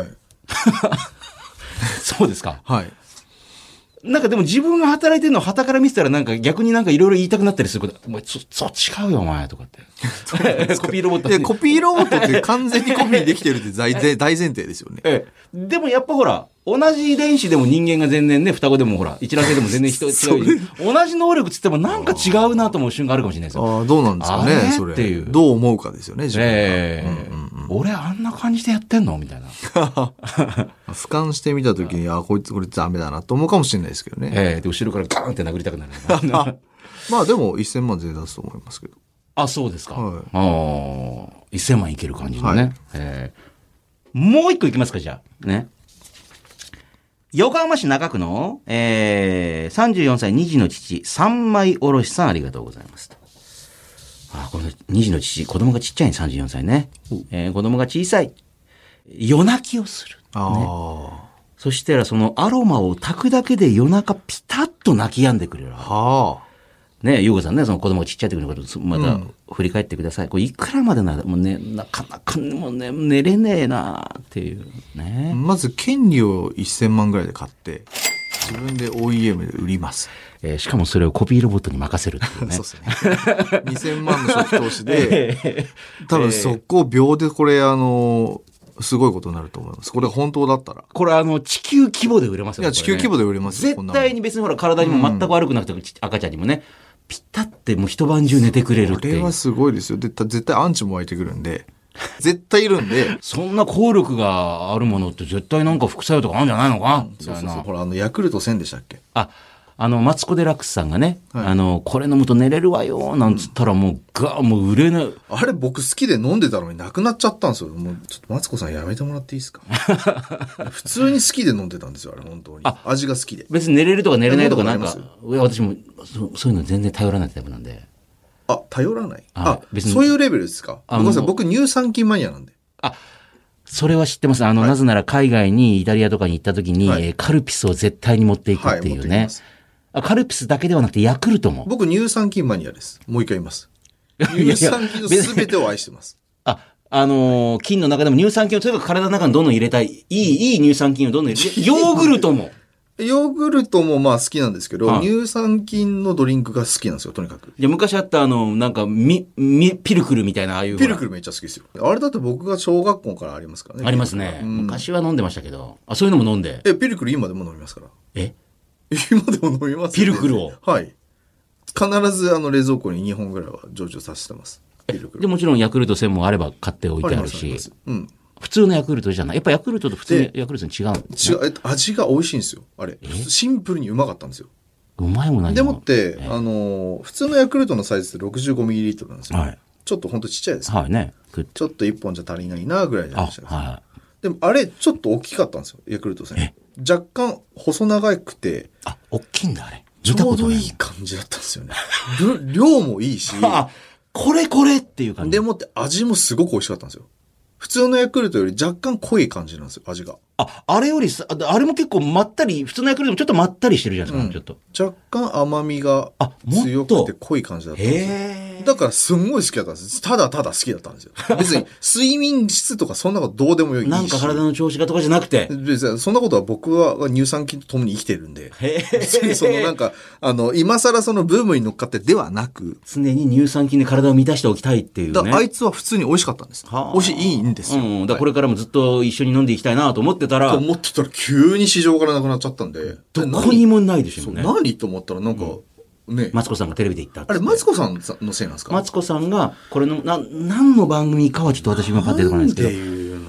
そうですか。 はい。 なんかでも自分が働いてるのを旗から見てたらなんか逆になんかいろいろ言いたくなったりすること、もうそう違うよお前とかって。コピーロボット。 コピーロボットって完全にコピーできてるって大前提ですよね。 でもやっぱほら、同じ遺伝子でも人間が全然ね、双子でもほら、一卵性でも全然人違う。同じ能力つってもなんか違うなと思う瞬間あるかもしれないですよ。 どうなんですかね、それ。っていう。どう思うかですよね、自分が。 俺あんな感じでやってんのみたいな。 俯瞰してみたときに、こいつダメだなと思うかもしれないですけどね。 で、後ろからガーンって殴りたくなる。 まあでも1000万税出すと思いますけど。 そうですか。1000万いける感じのね。もう一個いきますか、じゃあ。ね。横浜市中区の、34歳2児の父、三枚おろしさんありがとうございますと。この2児の父、子供がちっちゃいね、34歳ね。子供が小さい。夜泣きをする。そしたらそのアロマを炊くだけで夜中ピタッと泣き止んでくれる。ね、ゆうこさんね、その子供がちっちゃい時のこと、また振り返ってください。これいくらまでなら、もうね、なかなかもうね、寝れねえなっていうね。 まず権利を1000万ぐらいで買って、自分で OEM で売ります。 しかもそれをコピーロボットに任せるっていうね。 そうですね。2000万の初期投資で、多分速攻秒でこれすごいことになると思います。これ本当だったら。 これ地球規模で売れますよね。 いや、地球規模で売れますよ。 絶対に別にほら体にも全く悪くなくて、赤ちゃんにもね、ピタってもう一晩中寝てくれるっていう。 これはすごいですよ。絶対アンチも湧いてくるんで。絶対いるんで。 そんな効力があるものって絶対なんか副作用とかあるんじゃないのか、 そうそうそう。ほら、ヤクルト1000でしたっけ？ マツコ・デラックスさんがね、これ飲むと寝れるわよ、なんつったらもう売れない。 あれ僕好きで飲んでたのになくなっちゃったんですよ。もうちょっとマツコさんやめてもらっていいですか？普通に好きで飲んでたんですよ、あれ本当に。味が好きで。 別に寝れるとか寝れないとかなんか、私もそういうの全然頼らないタイプなんで。 頼らない？別にそういうレベルですか？僕乳酸菌マニアなんで。 それは知ってます。なぜなら海外にイタリアとかに行った時に、カルピスを絶対に持っていくっていうね。カルピスだけではなくてヤクルトも。 僕乳酸菌マニアです。もう一回言います。乳酸菌の全てを愛してます。 菌の中でも乳酸菌をとにかく体の中にどんどん入れたい。いい乳酸菌をどんどん入れて。ヨーグルトも。 ヨーグルトもまあ好きなんですけど、乳酸菌のドリンクが好きなんですよ、とにかく。 昔あったなんか、ピルクルみたいな、ああいう。 ピルクルめっちゃ好きですよ。あれだって僕が小学校からありますからね。 ありますね。昔は飲んでましたけど。そういうのも飲んで。 ピルクル今でも飲みますから。今でも飲みますピルクルを。 はい。必ず冷蔵庫に2本ぐらいは常駐させてます。ピルクル。 で、もちろんヤクルト1000もあれば買っておいてあるし。普通のヤクルトじゃない。やっぱヤクルトと普通のヤクルトに違うんですね。 味が美味しいんですよ。あれ。シンプルにうまかったんですよ。 うまいもんないでもって、普通のヤクルトのサイズって 65ml なんですよ。ちょっとほんとちっちゃいです。 はいね。 ちょっと1本じゃ足りないなぐらいで話してます。でもあれちょっと大きかったんですよ。ヤクルト1000。若干細長くて。 大きいんだあれ。 ちょうどいい感じだったんですよね。量もいいし。 これっていう感じ。 でもって味もすごく美味しかったんですよ。普通のヤクルトより若干濃い感じなんですよ、味が。 あれよりあれも結構まったり、普通のヤクルトもちょっとまったりしてるじゃないですか、ちょっと。 若干甘みが強くて濃い感じだったんですよ。だからすんごい好きだったんです。ただただ好きだったんですよ。別に睡眠質とかそんなことどうでもよいし。 なんか体の調子がとかじゃなくて。 別にそんなことは僕は乳酸菌と共に生きてるんで。別にそのなんか、今更そのブームに乗っかってではなく。 常に乳酸菌で体を満たしておきたいっていうね。 あいつは普通に美味しかったんです。美味しい、いいんですよ。 だこれからもずっと一緒に飲んでいきたいなと思ってたら。 急に市場からなくなっちゃったんで。 どこにもないでしょうね。 何と思ったらなんか、ね。 マツコさんがテレビで言ったって。 あれ、マツコさんのせいなんですか？ マツコさんが、これの、何の番組かはちょっと私今パッて出てこないんですけど。 っていうの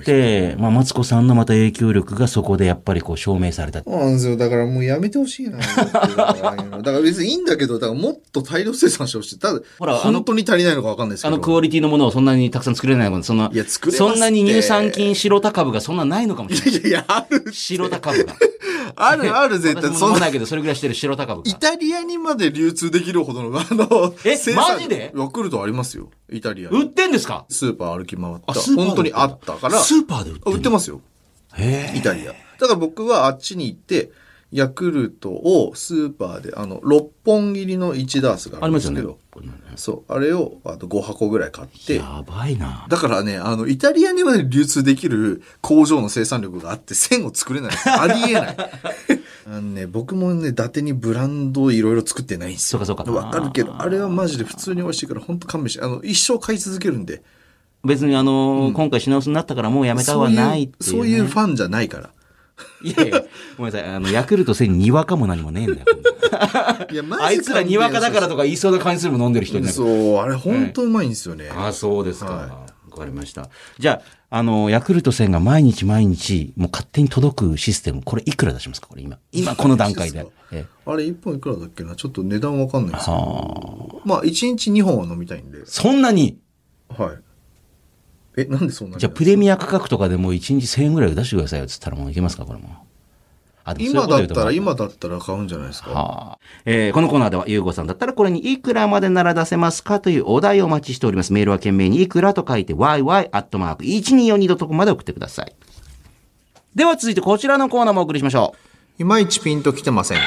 て、まあ、マツコさんのまた影響力がそこでやっぱりこう証明された。 そうなんですよ。だからもうやめてほしいな。だから別にいいんだけど、だからもっと大量生産してほしい。ただ、ほら、本当に足りないのか分かんないですけど。 クオリティのものをそんなにたくさん作れないので、そんな、 いや、作れますって。 そんなに乳酸菌白田株がそんなないのかもしれない。 いや、ある。 白田株が。 ある、絶対。 そんなないけど、それぐらいしてる白田株が。 イタリアにまで流通できるほどの、 マジでヤクルトありますよ。イタリアに。売ってんですか？ スーパー歩き回った。本当にあったから。 スーパーで売ってますよ。イタリア。だから僕はあっちに行って、ヤクルトをスーパーで、6本切りの1ダースがあるんですけど。ありますよね。そう。あれを、あと5箱ぐらい買って。 やばいな。 だからね、イタリアにまで流通できる工場の生産力があって、線を作れない。ありえない。僕もね、伊達にブランドをいろいろ作ってないんですよ。 そうか。 わかるけど、あれはマジで普通に美味しいから、本当勘弁して、一生買い続けるんで。 別に今回品薄になったからもうやめた方がないっていう、ね。 そういうファンじゃないから。 いや、ごめんなさい。ヤクルト1000にわかも何もねえんだよ。いや、マジあいつらにわかだからとか言いそうな感じするも飲んでる人になる。 そう、あれ本当うまいんですよね。 そうですか。わかりました。じゃあ、ヤクルト1000が毎日、もう勝手に届くシステム、これいくら出しますか？これ今この段階で。 あれ1本いくらだっけな？ちょっと値段わかんないですけど。まあ、1日2本は飲みたいんで。 そんなに？ はい。なんでそんなに？ じゃあ、プレミア価格とかでもう1日1000円ぐらい出してくださいよって言ったらもういけますか？これも。 今だったら買うんじゃないですか。 このコーナーでは、ゆうごさんだったらこれにいくらまでなら出せますかというお題をお待ちしております。メールは懸命にいくらと書いて yy@1242.com まで送ってください。では続いてこちらのコーナーもお送りしましょう。いまいちピンときてません。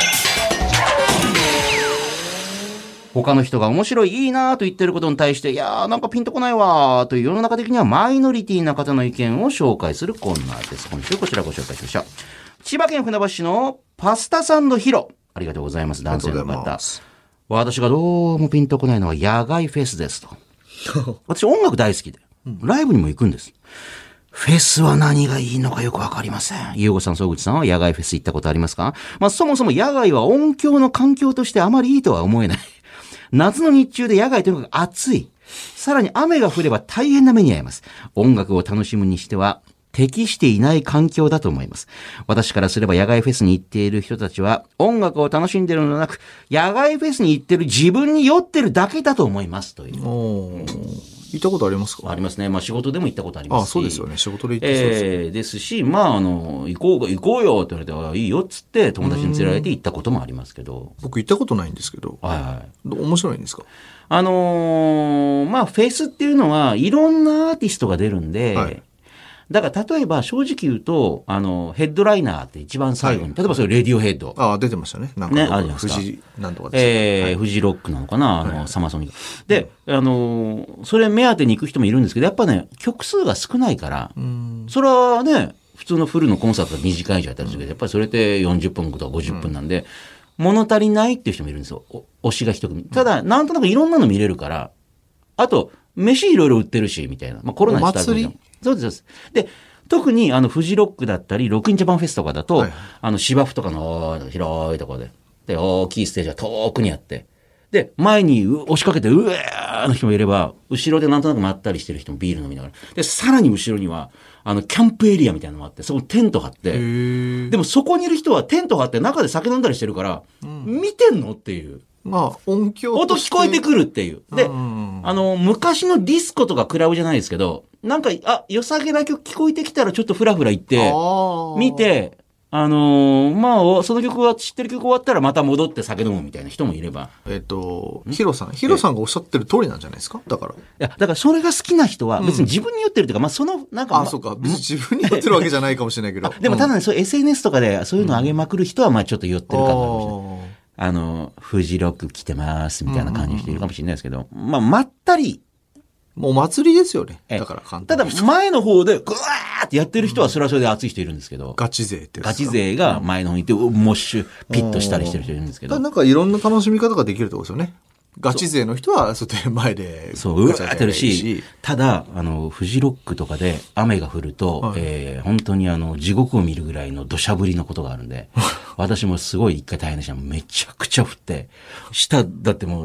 他の人が面白い、いいなと言ってることに対して、いやーなんかピンとこないわという世の中的にはマイノリティな方の意見を紹介するコーナーです。今週こちらご紹介しましょう。千葉県船橋市のパスタサンドヒロ。ありがとうございます。男性の方。私がどうもピンとこないのは野外フェスですと。私音楽大好きで、ライブにも行くんです。フェスは何がいいのかよくわかりません。ゆうごさん、総口さんは野外フェス行ったことありますか？そもそも野外は音響の環境としてあまりいいとは思えない。夏の日中で野外というのが暑い。さらに雨が降れば大変な目に遭います。音楽を楽しむにしては適していない環境だと思います。私からすれば野外フェスに行っている人たちは音楽を楽しんでいるのではなく、野外フェスに行っている自分に酔ってるだけだと思いますという。 行ったことありますか？ ありますね。仕事でも行ったことありますし。 そうですよね。仕事で行ってそうですね。 ですし、行こうよって言われて、いいよっつって友達に連れられて行ったこともありますけど。 僕行ったことないんですけど。面白いんですか？ フェスっていうのはいろんなアーティストが出るんで、だから例えば正直言うと、ヘッドライナーって一番最後に、例えばそれレディオヘッド。 出てましたね。なんかね、あるじゃないですか。 なんとかです。 フジロックなのかな、サマソニック。で、それ目当てに行く人もいるんですけど、やっぱね、曲数が少ないから、それはね、普通のフルのコンサートが2時間以上やったりするけど、やっぱりそれって40分とか50分なんで、物足りないっていう人もいるんですよ。推しが一組。ただ、なんとなくいろんなの見れるから、あと、飯いろいろ売ってるし、みたいな。コロナにしたら。そうです。で、特にフジロックだったり、ロックインジャパンフェスとかだと、芝生とかの広いところで、大きいステージは遠くにあって、で、前に押しかけて、うわーの人もいれば、後ろでなんとなくまったりしてる人もビール飲みながら。で、さらに後ろには、キャンプエリアみたいなのもあって、そこにテント張って、でもそこにいる人はテント張って中で酒飲んだりしてるから、見てんのっていう。 音響音聞こえてくるっていう。で、昔のディスコとかクラブじゃないですけど、なんか、良さげな曲聞こえてきたらちょっとフラフラ行って、見て、その曲は知ってる曲終わったらまた戻って酒飲むみたいな人もいれば。 ヒロさんがおっしゃってる通りなんじゃないですか？だから。 いや、だからそれが好きな人は別に自分に酔ってるというか、 そうか。別に自分に酔ってるわけじゃないかもしれないけど。 でもただね、そう SNS とかでそういうの上げまくる人はちょっと酔ってるかもしれない。フジロック来てますみたいな感じの人いるかもしれないですけど、まったり。 もう祭りですよね。だから簡単に。 ただ前の方でグワーってやってる人はそれはそれで熱い人いるんですけど。 ガチ勢って。 ガチ勢が前の方にいて、モッシュ、ピッとしたりしてる人いるんですけど。 なんかいろんな楽しみ方ができるってことですよね。ガチ勢の人は、そうやって前で。 そう、うわーってるし、ただ、フジロックとかで雨が降ると、本当に地獄を見るぐらいの土砂降りのことがあるんで、私もすごい一回大変でした。めちゃくちゃ降って、だってもう、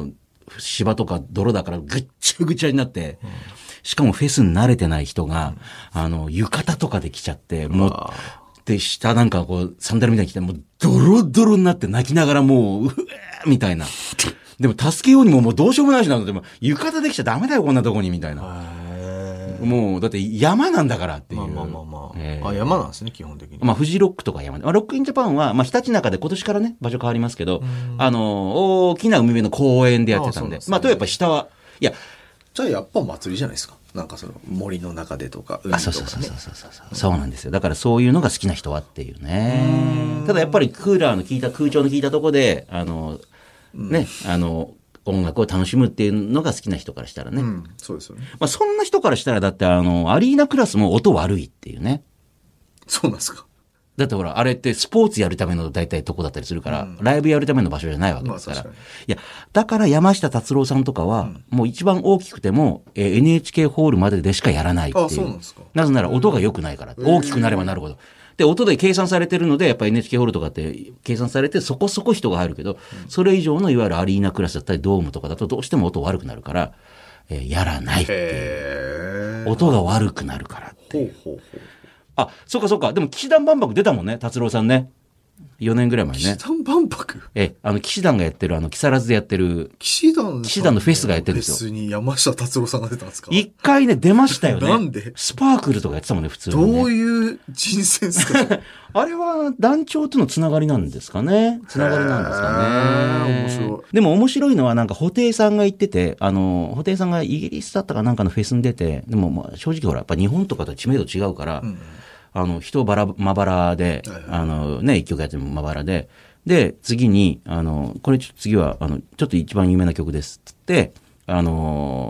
芝とか泥だからぐっちゃぐちゃになって、しかもフェスに慣れてない人が、浴衣とかで来ちゃって、もう、で、下なんかこう、サンダルみたいに来て、もうドロドロになって泣きながらもう、みたいな。でも助けようにももうどうしようもないしなのでも、浴衣できちゃダメだよ、こんなとこに、みたいな。もう、だって山なんだからっていう。 山なんですね、基本的に。 フジロックとか山で。ロックインジャパンは、ひたちなかで今年からね、場所変わりますけど、大きな海辺の公園でやってたんで。とやっぱ下は、いや、 じゃあやっぱ祭りじゃないですか。なんかその森の中でとか海とか、ね。 そうなんですよ。だからそういうのが好きな人はっていうね。ただやっぱり空調の効いたとこで、ね、音楽を楽しむっていうのが好きな人からしたらね。 そうですよね。 そんな人からしたらだってアリーナクラスも音悪いっていうね。 そうなんですか。 だってほら、あれってスポーツやるための大体とこだったりするから、ライブやるための場所じゃないわけですから。いや、だから山下達郎さんとかは、もう一番大きくても、NHK ホールまででしかやらないっていう。 そうなんですか。 なぜなら音が良くないから。大きくなればなるほど。で、音で計算されてるので、やっぱり NHK ホールとかって計算されてそこそこ人が入るけど、それ以上のいわゆるアリーナクラスだったりドームとかだとどうしても音悪くなるから、やらないっていう。音が悪くなるからっていう。そうか。でも、騎士団万博出たもんね、達郎さんね。4年ぐらい前ね。 騎士団万博騎士団がやってる、木更津でやってる、騎士団のフェスがやってるんですよ。 フェスに山下達郎さんが出たんですか？ 一回ね、出ましたよね。 なんで？ スパークルとかやってたもんね、普通に、ね。 どういう人選ですか？ あれは団長とのつながりなんですかね。面白い。でも面白いのはなんか、布袋さんが言ってて、布袋さんがイギリスだったかなんかのフェスに出て、でも正直ほら、やっぱ日本とかと知名度違うから、人まばらで、一曲やってもまばらで、で、次に、これ次は、ちょっと一番有名な曲ですって言って、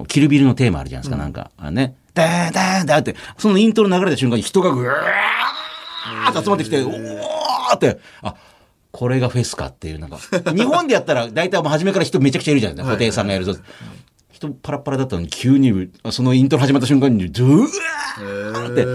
キルビルのテーマあるじゃないですか、なんか、ね、ダーダーダーって、そのイントロ流れた瞬間に人がぐわーって集まってきて、おーって、これがフェスかっていう、なんか、日本でやったら大体もう初めから人めちゃくちゃいるじゃないですか、布袋さんがやると。人パラパラだったのに急に、そのイントロ始まった瞬間に、ドゥーって、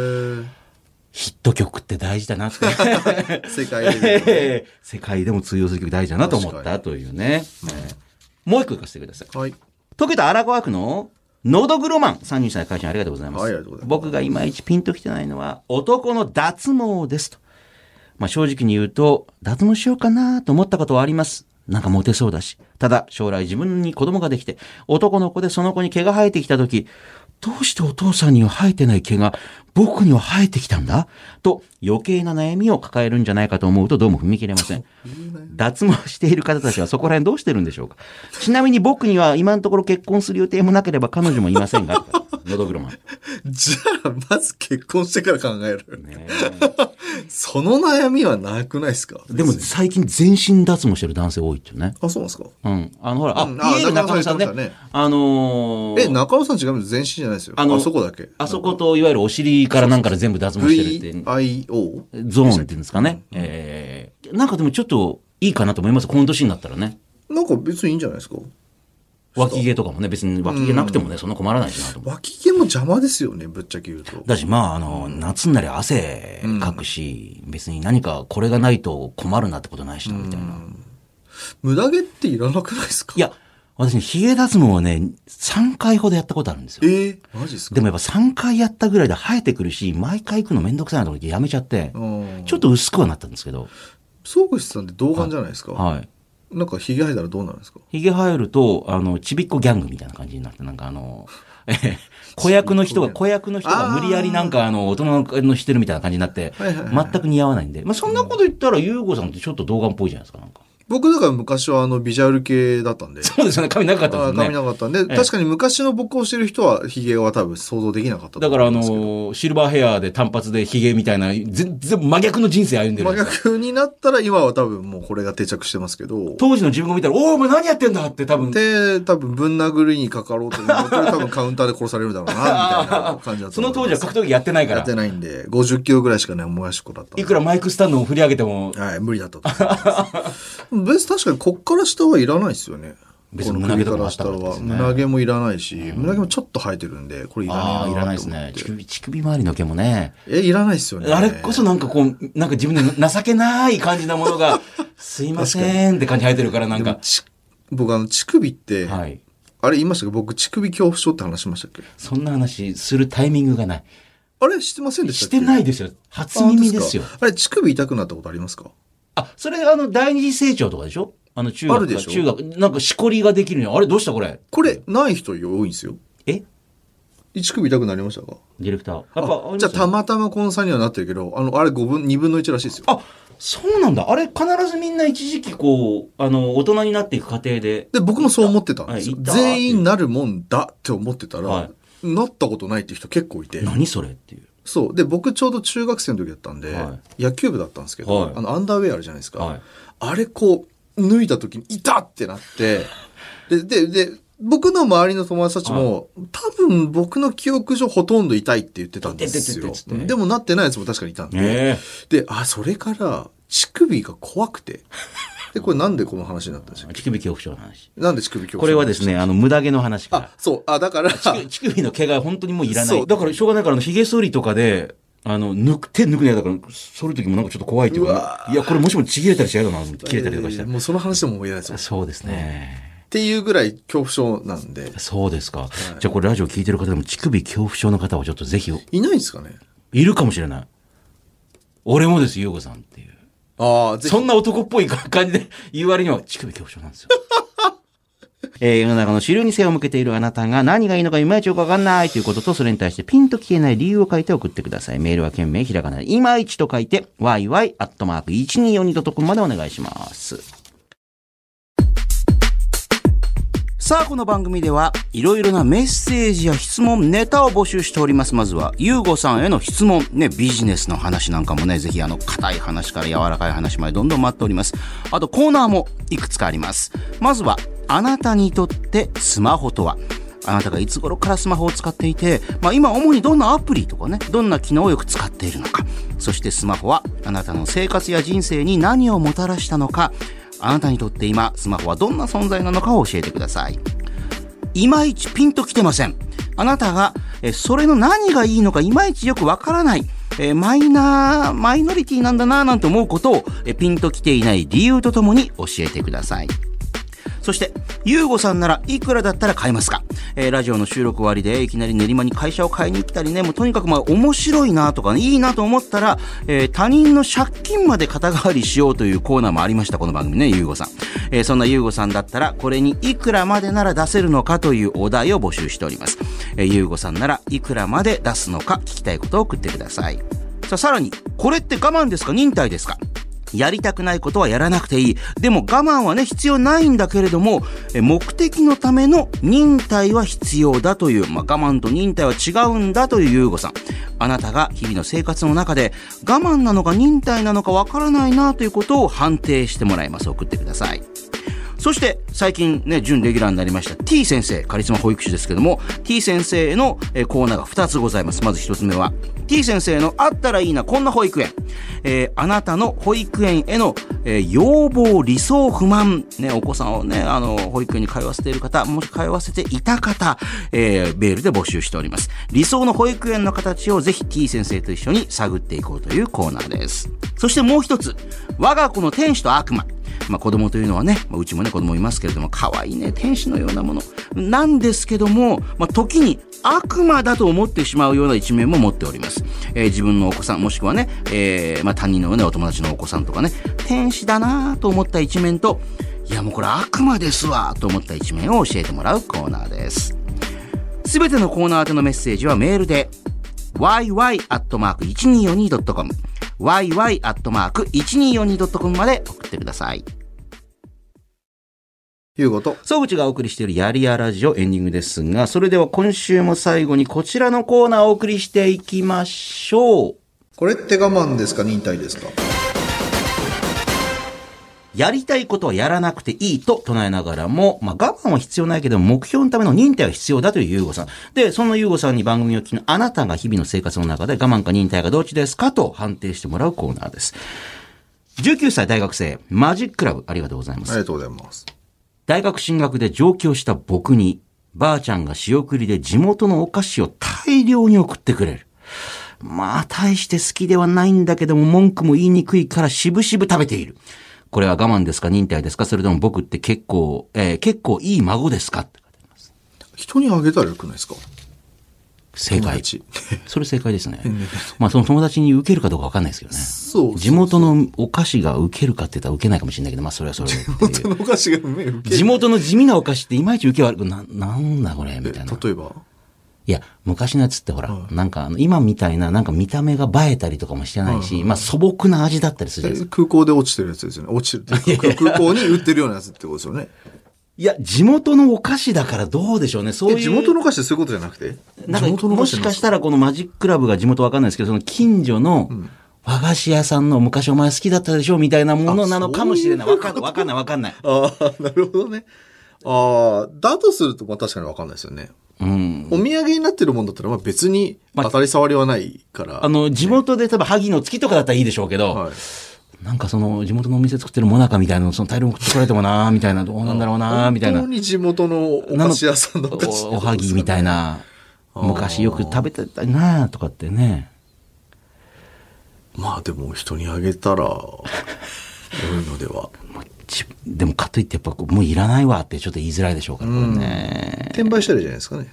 ヒット曲って大事だなって世界で、 世界でも通用する曲大事だなと思ったというね。もう一個行かせてください。はい。東京都荒川区ののどぐろマン32歳会社ありがとうございます。はい、ありがとうございます。僕がいまいちピンときてないのは男の脱毛ですと。正直に言うと脱毛しようかなと思ったことはあります。なんかモテそうだし。ただ将来自分に子供ができて男の子でその子に毛が生えてきたとき、どうしてお父さんには生えてない毛が僕には生えてきたんだと余計な悩みを抱えるんじゃないかと思うとどうも踏み切れません。脱毛している方たちはそこら辺どうしてるんでしょうか。ちなみに僕には今のところ結婚する予定もなければ彼女もいませんが。のどぐろマン。 じゃあまず結婚してから考える。その悩みはなくないですか？ でも最近全身脱毛してる男性多いっていうね。 そうなんですか？ ほら、ピエール中野さんね。 中野さん違う全身じゃないですよ。あそこだけ。 あそこといわゆるお尻からなんから全部脱毛してるって。 VIO？ ゾーンっていうんですかね。なんかでもちょっといいかなと思います。この年になったらね。 なんか別にいいんじゃないですか？ 脇毛とかもね、別に脇毛なくてもね、そんな困らないしなと思う。 脇毛も邪魔ですよね、ぶっちゃけ言うと。 だし、夏になり汗かくし、別に何かこれがないと困るなってことないしな、みたいな。 無駄毛っていらなくないですか？ いや、私ね、髭脱毛はね、3回ほどやったことあるんですよ。 マジですか？ でもやっぱ3回やったぐらいで生えてくるし、毎回行くのめんどくさいなと思ってやめちゃって、ちょっと薄くはなったんですけど。 総口さんって童顔じゃないですか？ はい。 なんか髭生えたらどうなるんですか？ 髭生えると、ちびっこギャングみたいな感じになって、なんか子役の人が無理やりなんか大人のしてるみたいな感じになって、全く似合わないんで。そんなこと言ったら、ゆうごさんってちょっと童顔っぽいじゃないですか、なんか。 僕だから昔はビジュアル系だったんで。 そうですよね。髪長かったですよね。 髪長かったんで、確かに昔の僕をしてる人は髭は多分想像できなかったとだからシルバーヘアで単発で髭みたいな、全然真逆の人生歩んでる。 真逆になったら今は多分もうこれが定着してますけど。 当時の自分が見たら、お前何やってんだって多分。 で、多分ぶん殴りにかかろうと思って、多分カウンターで殺されるだろうな、みたいな感じだった。 その当時は格闘技やってないから。 やってないんで、50キロぐらいしかね、もやしっこだった。 いくらマイクスタンドを振り上げても。 はい、無理だったと思います。別に確かにこっから下はいらないですよね。 別に胸毛とかもあったからですね。 胸毛もいらないし、胸毛もちょっと生えてるんで、これいらないなと思って。 いらないですね。乳首周りの毛もね。 いらないですよね。 あれこそなんかなんか自分で情けない感じなものが、すいませんって感じ生えてるからなんか。 僕乳首って、 あれ言いましたっけ？僕、乳首恐怖症って話しましたっけ？ そんな話するタイミングがない。 あれ知ってませんでしたっけ？ してないですよ。初耳ですよ。 あれ、乳首痛くなったことありますか？ それ第二次成長とかでしょ？中学。 あるでしょ？ 中学。なんかしこりができるのよ。あれどうしたこれ？ これ、ない人多いんですよ。乳首痛くなりましたか？ ディレクター。やっぱ、 じゃあたまたまこの差にはなってるけど、あれ2分の1らしいですよ。 そうなんだ。あれ必ずみんな一時期大人になっていく過程で。 で、僕もそう思ってたんですよ。全員なるもんだって思ってたら、なったことないっていう人結構いて。 何それっていう。 そう。で、僕ちょうど中学生の時だったんで、野球部だったんですけど、アンダーウェアあるじゃないですか。あれ脱いだ時に、痛ってなって、で、僕の周りの友達たちも、多分僕の記憶上ほとんど痛いって言ってたんですよ。でもなってないやつも確かにいたんで。で、それから乳首が怖くて。で、これなんでこの話になったんですか？ 乳首恐怖症の話。 なんで乳首恐怖症？ これはですね、無駄毛の話から。 そう。だから。 乳首の毛が本当にもういらない。だからしょうがないから髭剃りとかで、手抜くねだから、剃る時もなんかちょっと怖いっていうか、いや、これもしもちぎれたりしちゃうだな、切れたりとかして。 もうその話でも嫌ですよ。 そうですね。 っていうぐらい恐怖症なんで。 そうですか。じゃあこれラジオ聞いてる方でも乳首恐怖症の方はちょっとぜひ。 いないんですかね？ いるかもしれない。俺もです、ゆうごさんっていう。そんな男っぽい感じで言う割には乳首恐怖症なんですよ。世の中の主流に背を向けているあなたが何がいいのかいまいちよくわかんないということと、それに対してピンと消えない理由を書いて送ってください。メールは懸命ひらがなでいまいちと書いて yy@1242.com までお願いします。さあ、この番組ではいろいろなメッセージや質問、ネタを募集しております。まずは、ゆうごさんへの質問、ビジネスの話なんかもぜひ硬い話から柔らかい話までどんどん待っております。あと、コーナーもいくつかあります。まずは、あなたにとってスマホとは？あなたがいつ頃からスマホを使っていて、今主にどんなアプリとかどんな機能をよく使っているのか。そしてスマホはあなたの生活や人生に何をもたらしたのか。あなたにとって今、スマホはどんな存在なのかを教えてください。いまいちピンときてません。あなたが、それの何がいいのかいまいちよくわからない。マイノリティなんだななんて思うことを、ピンときていない理由とともに教えてください。そして、ゆうごさんならいくらだったら買えますか？ラジオの収録終わりでいきなり練馬に会社を買いに行ったりもうとにかく面白いなとかいいなと思ったら、他人の借金まで肩代わりしようというコーナーもありました、この番組ゆうごさん。そんなゆうごさんだったら、これにいくらまでなら出せるのかというお題を募集しております。ゆうごさんならいくらまで出すのか聞きたいことを送ってください。さらに、これって我慢ですか？忍耐ですか？やりたくないことはやらなくていい。でも我慢は必要ないんだけれども、目的のための忍耐は必要だという、我慢と忍耐は違うんだというゆうごさん。あなたが日々の生活の中で我慢なのか忍耐なのかわからないなということを判定してもらいます。送ってください。そして最近準レギュラーになりました T 先生、カリスマ保育士ですけども、 T 先生へのコーナーが2つございます。まず1つ目は T 先生のあったらいいなこんな保育園、あなたの保育園への、要望、理想、不満、お子さんを保育園に通わせている方、もし通わせていた方、メールで募集しております。理想の保育園の形をぜひ T 先生と一緒に探っていこうというコーナーです。そしてもう一つ、我が子の天使と悪魔。子供というのはうちも子供いますけれども、可愛い天使のようなものなんですけども、時に悪魔だと思ってしまうような一面も持っております。自分のお子さん、もしくは他人のお友達のお子さんとか天使だなと思った一面と、いやもうこれ悪魔ですわと思った一面を教えてもらうコーナーです。すべてのコーナー宛てのメッセージはメールで yy@1242.com yy@1242.com まで送ってください。 いうこと。 総口がお送りしているやりやラジオエンディングですが、それでは今週も最後にこちらのコーナーをお送りしていきましょう。 これって我慢ですか忍耐ですか？ やりたいことはやらなくていいと唱えながらも、我慢は必要ないけど目標のための忍耐は必要だというゆうごさん。で、そのゆうごさんに番組を聞きあなたが日々の生活の中で我慢か忍耐かどっちですかと判定してもらうコーナーです。19歳大学生、マジッククラブ、ありがとうございます。 ありがとうございます。 大学進学で上京した僕に、ばあちゃんが仕送りで地元のお菓子を大量に送ってくれる。大して好きではないんだけども、文句も言いにくいからしぶしぶ食べている。これは我慢ですか忍耐ですか、それとも僕って結構いい孫ですかって書いてあります。 人にあげたらよくないですか？ 正解。それ正解ですね。まあその友達に受けるかどうか分かんないですけどね。 そう地元のお菓子が受けるかって言ったら受けないかもしれないけど、まあそれはそれで。 地元のお菓子が受ける。 地元の地味なお菓子っていまいち受け悪くなんだこれみたいな。 例えば？ いや、昔のやつってほら、なんか今みたいな、なんか見た目が映えたりとかもしてないし、まあ素朴な味だったりするじゃないですか。 空港で落ちてるやつですよね。落ちてるっていうか空港に売ってるようなやつってことですよね。 いや、地元のお菓子だからどうでしょうね。そういう。 地元のお菓子ってそういうことじゃなくて？ なんかもしかしたらこのマジックラブが地元わかんないですけど、その近所の和菓子屋さんの昔お前好きだったでしょみたいなものなのかもしれない。わかんない。 ああ、なるほどね。ああ、だとするとまあ確かにわかんないですよね。 うん。 お土産になってるもんだったらまあ別に当たり障りはないから。 地元で多分萩の月とかだったらいいでしょうけど、はい、なんかその地元のお店作ってるもなかみたいなのその大量に送ってこられてもなーみたいな、どうなんだろうなーみたいな。 本当に地元のお菓子屋さんのお菓子、 おはぎみたいな、昔よく食べてたなーとかってね。 まあでも人にあげたら良いのでは。 でもかといってやっぱもういらないわってちょっと言いづらいでしょうからこれね。 転売したらいいじゃないですかね。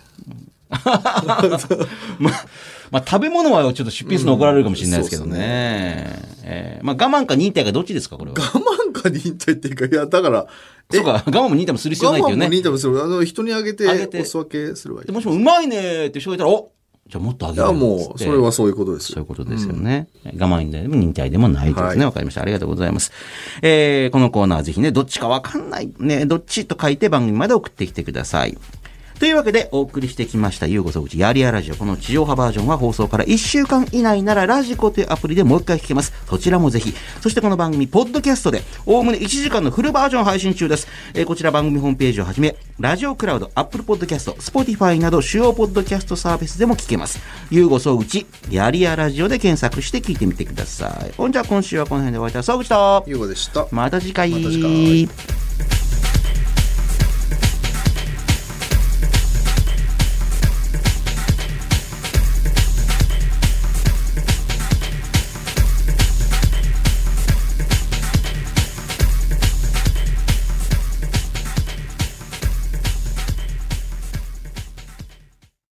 まあ食べ物はちょっと出品数の怒られるかもしれないですけどね。まあ我慢か忍耐かどっちですかこれは。 我慢か忍耐っていうか、いやだからそうか、我慢も忍耐もする必要ないっていうね。 我慢も忍耐もする。人にあげてお裾分けするわけ。 もしもうまいねって人がいたら、じゃあもっとあげる。 いやもうそれはそういうことですよ。 そういうことですよね。我慢でも忍耐でもないとですね。わかりました。ありがとうございます。このコーナーぜひね、どっちかわかんないね、どっちと書いて番組まで送ってきてください。というわけでお送りしてきましたゆうごそぐちやりやラジオ。この地上波バージョンは放送から1週間以内ならラジコというアプリでもう一回聞けます。そちらもぜひ。そしてこの番組ポッドキャストでおおむね1時間のフルバージョン配信中です。こちら番組ホームページをはじめラジオクラウド、アップルポッドキャスト、スポティファイなど主要ポッドキャストサービスでも聞けます。ゆうごそぐちやりやラジオで検索して聞いてみてください。ほんじゃ今週はこの辺でお会いいたい。そぐちとゆうごでした。 また次回。